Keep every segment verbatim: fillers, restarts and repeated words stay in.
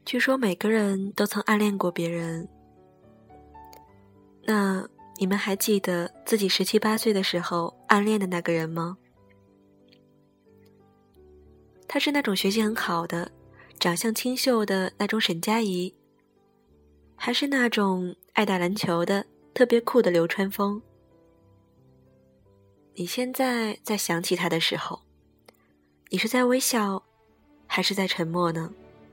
据说每个人都曾暗恋过别人，那你们还记得自己十七八岁的时候暗恋的那个人吗？他是那种学习很好的，长相清秀的那种沈佳宜，还是那种爱打篮球的特别酷的流川枫？你现在在想起他的时候，你是在微笑，还是在沉默呢？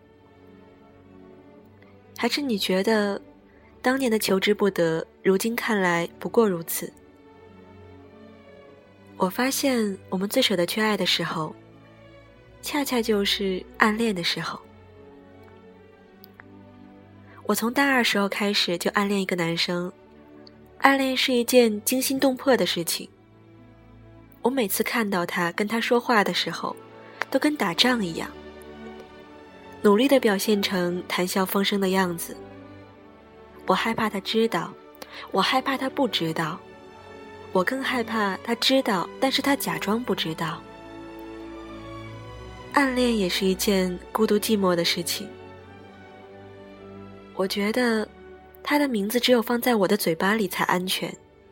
还是你觉得当年的求之不得，如今看来不过如此？我发现我们最舍得去爱的时候，恰恰就是暗恋的时候。我从大二时候开始就暗恋一个男生，暗恋是一件惊心动魄的事情。我每次看到他跟他说话的时候，都跟打仗一样，努力地表现成谈笑风生的样子。我害怕他知道，我害怕他不知道，我更害怕他知道，但是他假装不知道。暗恋也是一件孤独寂寞的事情。我觉得他的名字只有放在我的嘴巴里才安全。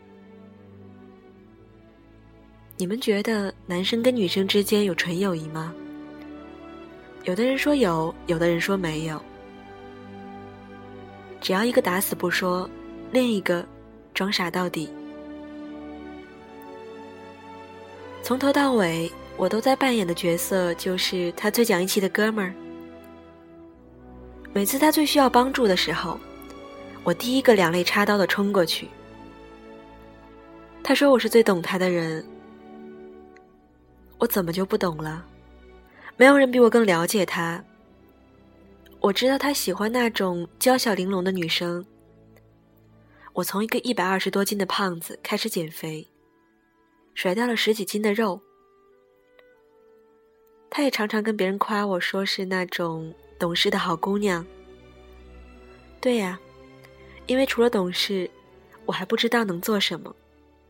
你们觉得男生跟女生之间有纯友谊吗？有的人说有，有的人说没有。只要一个打死不说，另一个装傻到底。从头到尾，我都在扮演的角色就是他最讲义气的哥们儿。每次他最需要帮助的时候，我第一个两肋插刀的冲过去。他说我是最懂他的人，我怎么就不懂了？没有人比我更了解他。我知道他喜欢那种娇小玲珑的女生。我从一个一百二十多斤的胖子开始减肥，甩掉了十几斤的肉。他也常常跟别人夸我说是那种懂事的好姑娘。对呀，因为除了懂事，我还不知道能做什么。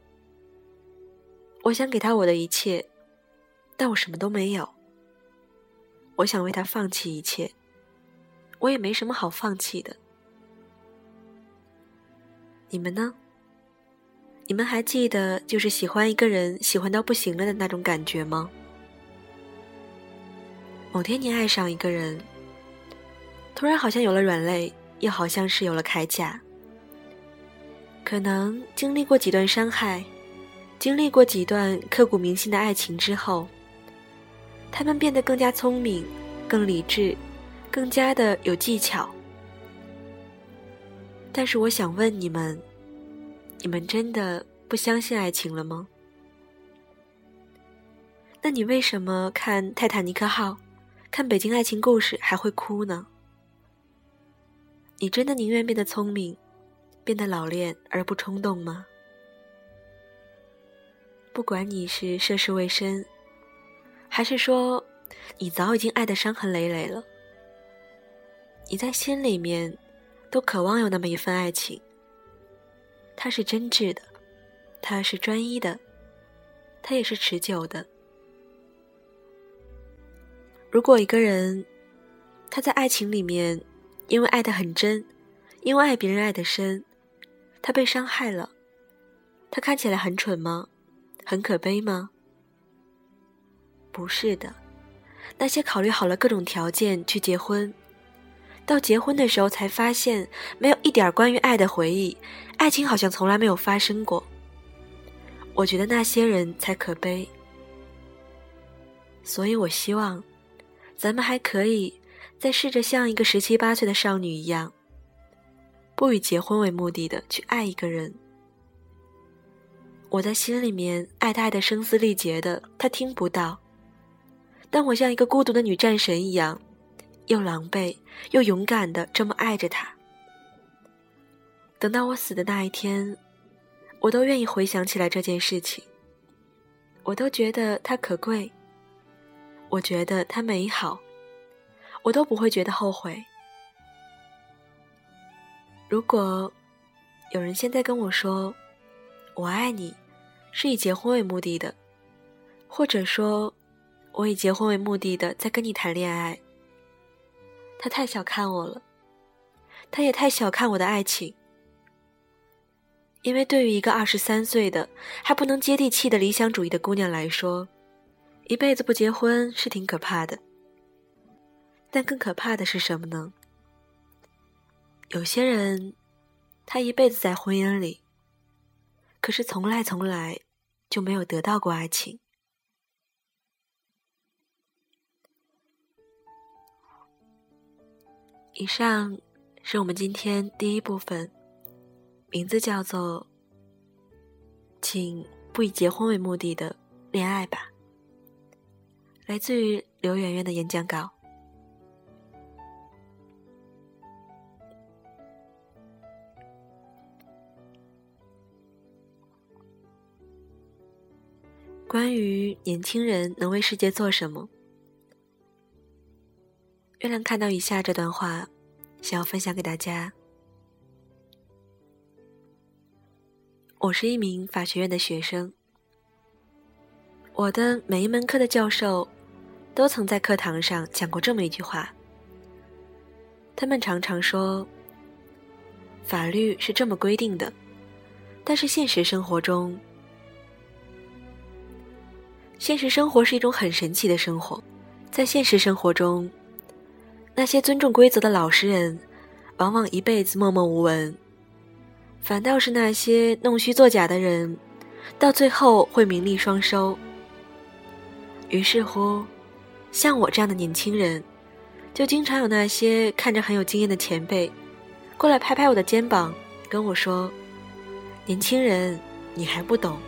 我想给他我的一切，但我什么都没有。我想为他放弃一切，我也没什么好放弃的。你们呢？你们还记得就是喜欢一个人喜欢到不行了的那种感觉吗？某天你爱上一个人，突然好像有了软肋，又好像是有了铠甲。可能经历过几段伤害，经历过几段刻骨铭心的爱情之后，他们变得更加聪明，更理智，更加的有技巧。但是我想问你们，你们真的不相信爱情了吗？那你为什么看泰坦尼克号，看北京爱情故事还会哭呢？你真的宁愿变得聪明，变得老练而不冲动吗？不管你是涉世未深，还是说你早已经爱得伤痕累累了，你在心里面都渴望有那么一份爱情。它是真挚的，它是专一的，它也是持久的。如果一个人他在爱情里面因为爱得很真，因为爱别人爱得深，他被伤害了，他看起来很蠢吗？很可悲吗？不是的，那些考虑好了各种条件去结婚，到结婚的时候才发现没有一点关于爱的回忆，爱情好像从来没有发生过。我觉得那些人才可悲。所以我希望咱们还可以再试着像一个十七八岁的少女一样，不以结婚为目的的去爱一个人。我在心里面爱他爱得声嘶力竭的，他听不到，但我像一个孤独的女战神一样，又狼狈又勇敢地这么爱着他。等到我死的那一天，我都愿意回想起来这件事情。我都觉得它可贵，我觉得它美好，我都不会觉得后悔。如果有人现在跟我说我爱你是以结婚为目的的，或者说我以结婚为目的的在跟你谈恋爱， 他太小看我了，他也太小看我的爱情。因为对于一个二十三岁的还不能接地气的理想主义的姑娘来说，一辈子不结婚是挺可怕的。但更可怕的是什么呢？有些人他一辈子在婚姻里，可是从来从来就没有得到过爱情。以上是我们今天第一部分，名字叫做请不以结婚为目的的恋爱吧，来自于刘媛媛的演讲稿。关于年轻人能为世界做什么，月亮看到以下这段话，想要分享给大家。我是一名法学院的学生，我的每一门课的教授都曾在课堂上讲过这么一句话，他们常常说，法律是这么规定的，但是现实生活中，现实生活是一种很神奇的生活。在现实生活中，那些尊重规则的老实人往往一辈子默默无闻，反倒是那些弄虚作假的人到最后会名利双收。于是乎，像我这样的年轻人，就经常有那些看着很有经验的前辈过来拍拍我的肩膀，跟我说，年轻人，你还不懂。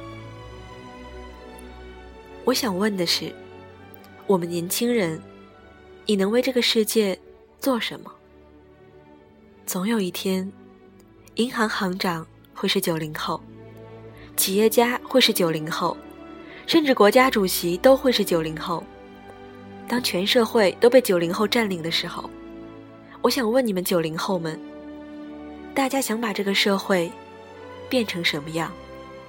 我想问的是，我们年轻人，你能为这个世界做什么？总有一天，银行行长会是九零后，企业家会是九零后，甚至国家主席都会是九零后。当全社会都被九零后占领的时候，我想问你们九零后们，大家想把这个社会变成什么样？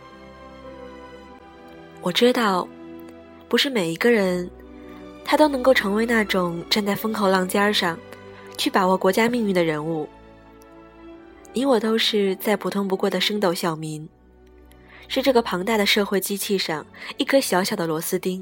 我知道不是每一个人他都能够成为那种站在风口浪尖上去把握国家命运的人物。你我都是再普通不过的升斗小民，是这个庞大的社会机器上一颗小小的螺丝钉。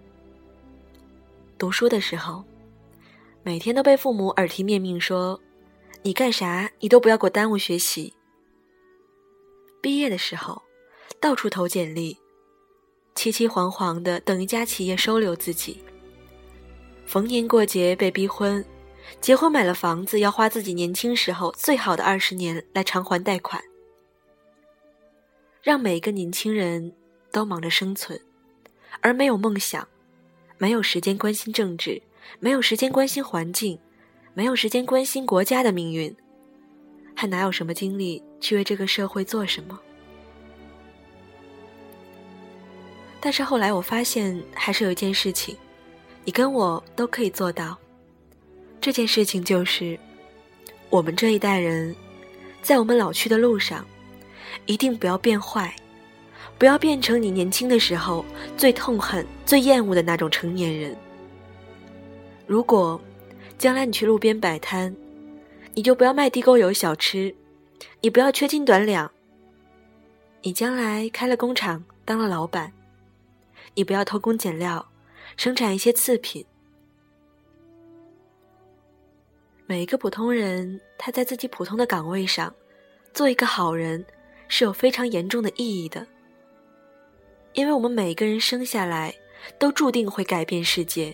读书的时候，每天都被父母耳提面命说，你干啥你都不要给我耽误学习。毕业的时候，到处投简历，凄凄惶惶地等一家企业收留自己。逢年过节被逼婚，结婚买了房子要花自己年轻时候最好的二十年来偿还贷款。让每一个年轻人都忙着生存，而没有梦想，没有时间关心政治，没有时间关心环境，没有时间关心国家的命运，还哪有什么精力去为这个社会做什么？但是后来我发现，还是有一件事情，你跟我都可以做到。这件事情就是，我们这一代人，在我们老去的路上，一定不要变坏，不要变成你年轻的时候最痛恨、最厌恶的那种成年人。如果将来你去路边摆摊，你就不要卖地沟油小吃，你不要缺斤短两。你将来开了工厂，当了老板，你不要偷工减料，生产一些次品。每一个普通人，他在自己普通的岗位上做一个好人，是有非常严重的意义的。因为我们每一个人生下来都注定会改变世界。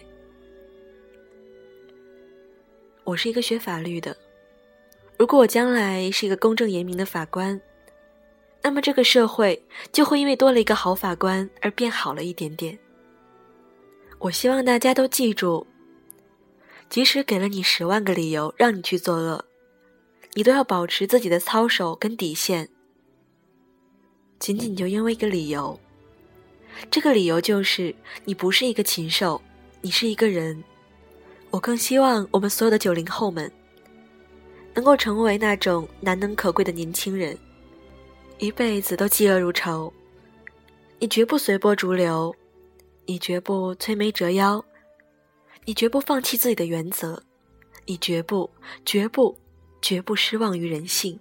我是一个学法律的，如果我将来是一个公正严明的法官，那么这个社会就会因为多了一个好法官而变好了一点点。我希望大家都记住，即使给了你十万个理由让你去作恶，你都要保持自己的操守跟底线。仅仅就因为一个理由，这个理由就是你不是一个禽兽，你是一个人。我更希望我们所有的九零后们能够成为那种难能可贵的年轻人，一辈子都嫉恶如仇。你绝不随波逐流，你绝不摧眉折腰，你绝不放弃自己的原则， 你绝不、绝不、绝不失望于人性。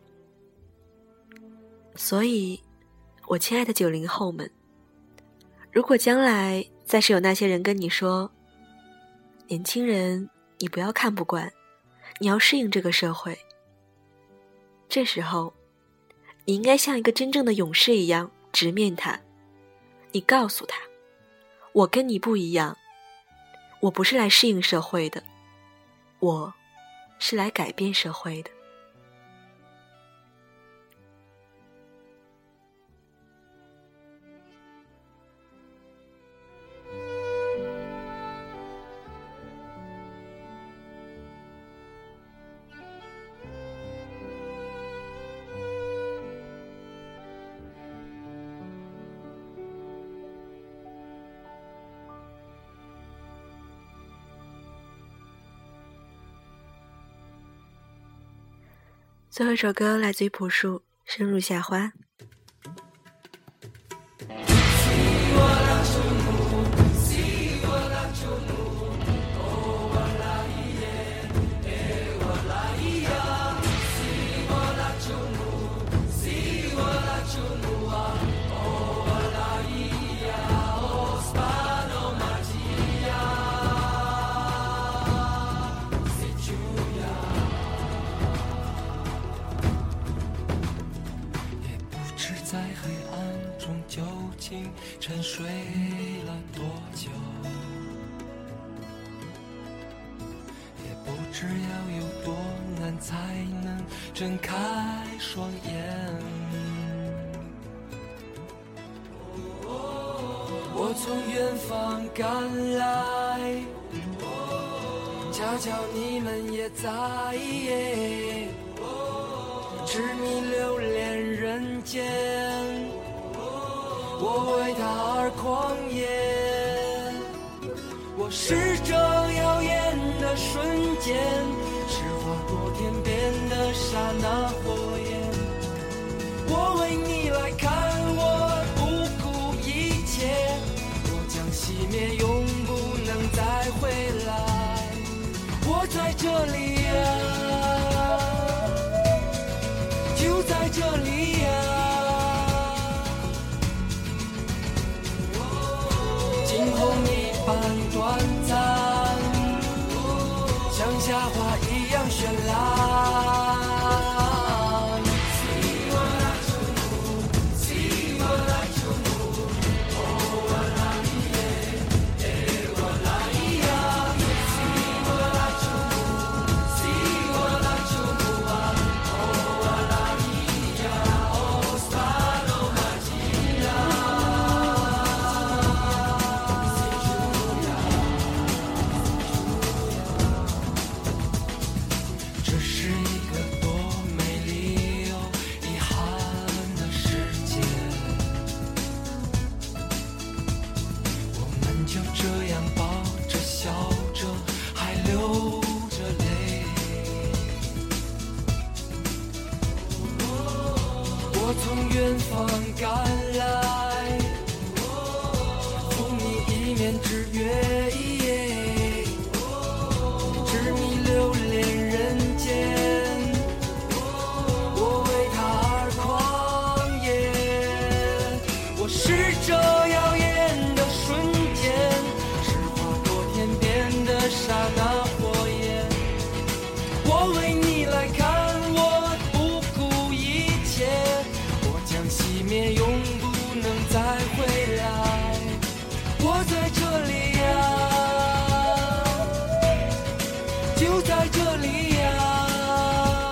所以，我亲爱的九零后们，如果将来再是有那些人跟你说，年轻人，你不要看不惯，你要适应这个社会，这时候，你应该像一个真正的勇士一样直面他。你告诉他，我跟你不一样，我不是来适应社会的，我是来改变社会的。最后一首歌来自于朴树，深入夏花。 在黑暗中究竟沉睡了多久，也不知要有多难才能睁开双眼。我从远方赶来，恰巧你们也在，痴迷流连人间，我为他而狂野。我是这耀眼的瞬间，是划过天边的刹那火焰。我为你来看，我不顾一切，我将熄灭，永不能再回来。我在这里啊，就在这里呀、啊，惊鸿一般短暂，像夏花一样绚烂。我从远方赶来，赴你一面之约，痴迷流连人间，我为他而狂野。我是这耀眼的瞬间，是划过天边的刹那火焰。我为你来看，我不顾一切，熄灭，永不能再回来。我在这里呀、啊，就在这里呀、啊，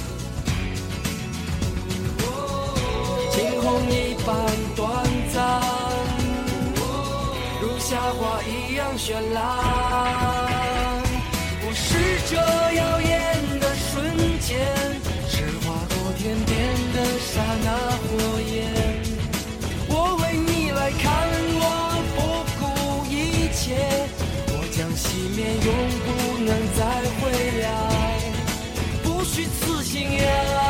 惊鸿一般短暂，如夏花一样绚烂。我是这耀眼的瞬间，是划过天边的刹那火焰。我为你来看，我不顾一切，我将熄灭，永不能再回来。不虚此行呀，